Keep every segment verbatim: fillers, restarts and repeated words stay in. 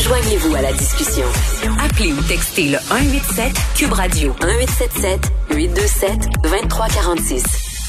Joignez-vous à la discussion. Appelez ou textez le un huit sept Cube Radio un huit sept sept huit deux sept deux trois quatre six.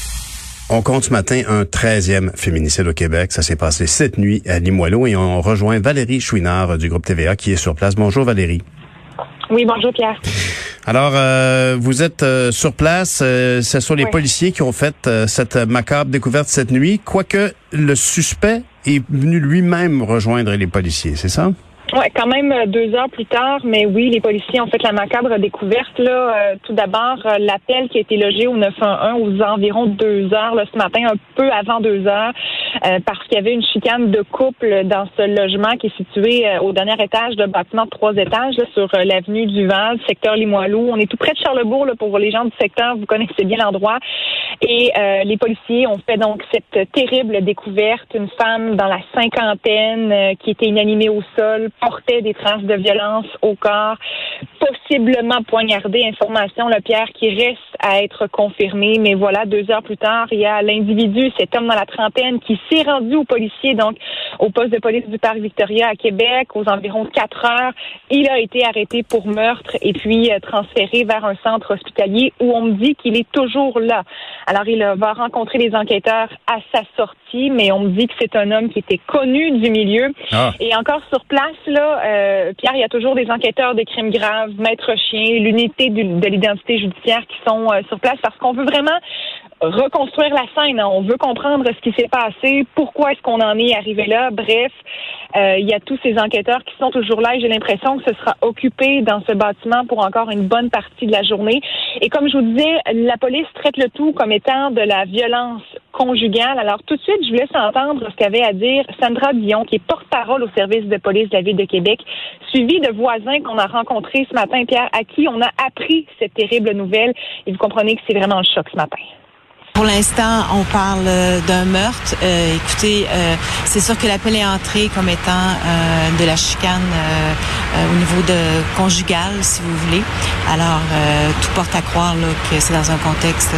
On compte ce matin un treizième féminicide au Québec. Ça s'est passé cette nuit à Limoilou et on rejoint Valérie Chouinard du groupe T V A qui est sur place. Bonjour Valérie. Oui, bonjour Pierre. Alors, euh, vous êtes euh, sur place. Euh, ce sont les oui. policiers qui ont fait euh, cette macabre découverte cette nuit, quoique le suspect est venu lui-même rejoindre les policiers, c'est ça? Oui, quand même deux heures plus tard, mais oui, les policiers ont fait la macabre découverte. Là, euh, tout d'abord, euh, l'appel qui a été logé au neuf un un aux environs deux heures là, ce matin, un peu avant deux heures, euh, parce qu'il y avait une chicane de couple dans ce logement qui est situé euh, au dernier étage d'un bâtiment de trois étages là, sur euh, l'avenue du Val, secteur Limoilou. On est tout près de Charlebourg là, pour les gens du secteur, vous connaissez bien l'endroit. Et euh, les policiers ont fait donc cette terrible découverte, une femme dans la cinquantaine euh, qui était inanimée au sol, portait des traces de violence au corps, possiblement poignardée. Information, le Pierre, qui reste à être confirmée. Mais voilà, deux heures plus tard, il y a l'individu, cet homme dans la trentaine, qui s'est rendu aux policiers, donc au poste de police du Parc Victoria à Québec, aux environs de quatre heures. Il a été arrêté pour meurtre et puis euh, transféré vers un centre hospitalier où on me dit qu'il est toujours là. Alors, il euh, va rencontrer les enquêteurs à sa sortie, mais on me dit que c'est un homme qui était connu du milieu. Ah. Et encore sur place, là, euh, Pierre, il y a toujours des enquêteurs de crimes graves, maître chien, l'unité du, de l'identité judiciaire qui sont euh, sur place parce qu'on veut vraiment reconstruire la scène. Hein. On veut comprendre ce qui s'est passé, pourquoi est-ce qu'on en est arrivé là. Bref, euh, il y a tous ces enquêteurs qui sont toujours là et j'ai l'impression que ce sera occupé dans ce bâtiment pour encore une bonne partie de la journée. Et comme je vous disais, la police traite le tout comme étant de la violence conjugale. Alors tout de suite, je vous laisse entendre ce qu'avait à dire Sandra Dion, qui est porte-parole au service de police de la Ville de Québec, suivie de voisins qu'on a rencontrés ce matin, Pierre, à qui on a appris cette terrible nouvelle. Et vous comprenez que c'est vraiment le choc ce matin. Pour l'instant, on parle d'un meurtre. Euh, écoutez, euh, c'est sûr que l'appel est entré comme étant euh, de la chicane euh, euh, au niveau de conjugal, si vous voulez. Alors, euh, tout porte à croire là, que c'est dans un contexte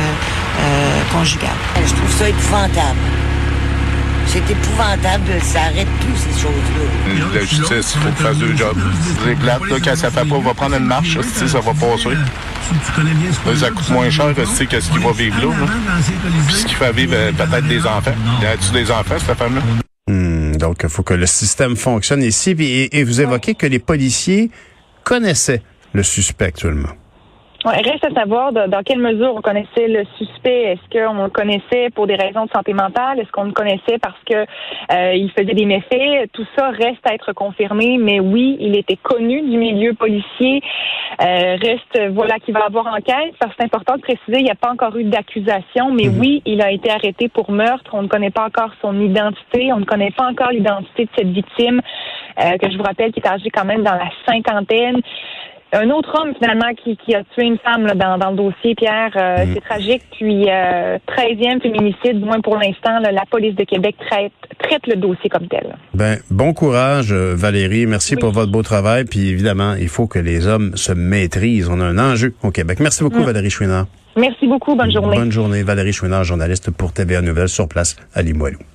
euh, conjugal. Je trouve ça épouvantable. C'est épouvantable, ça arrête plus ces choses-là. La justice, il faut qu'il fasse deux jobs. C'est plate, là, quand ça fait pas, on va prendre une marche, ça, ça va passer. Là, ça coûte moins cher que ce qu'il va vivre là. là. Puis ce qui fait vivre peut-être des enfants. Y a-t-il des enfants, cette femme-là? Hum, donc, il faut que le système fonctionne ici. Et, et vous évoquez que les policiers connaissaient le suspect actuellement. Ouais, reste à savoir de, dans quelle mesure on connaissait le suspect. Est-ce qu'on le connaissait pour des raisons de santé mentale? Est-ce qu'on le connaissait parce que euh, il faisait des méfaits? Tout ça reste à être confirmé, mais oui, il était connu du milieu policier. Euh, reste, voilà, qu'il va avoir enquête, parce que c'est important de préciser, il n'y a pas encore eu d'accusation, mais mmh. oui, il a été arrêté pour meurtre. On ne connaît pas encore son identité. On ne connaît pas encore l'identité de cette victime, euh, que je vous rappelle, qui est âgée quand même dans la cinquantaine. Un autre homme, finalement, qui, qui a tué une femme là, dans, dans le dossier, Pierre. Euh, mmh. C'est tragique. Puis, euh, treizième féminicide, du moins pour l'instant, là, la police de Québec traite, traite le dossier comme tel. Ben, bon courage, Valérie. Merci oui. pour votre beau travail. Puis, évidemment, il faut que les hommes se maîtrisent. On a un enjeu au Québec. Merci beaucoup, mmh. Valérie Chouinard. Merci beaucoup. Bonne journée. Bonne journée. Valérie Chouinard, journaliste pour T V A Nouvelles sur place à Limoilou.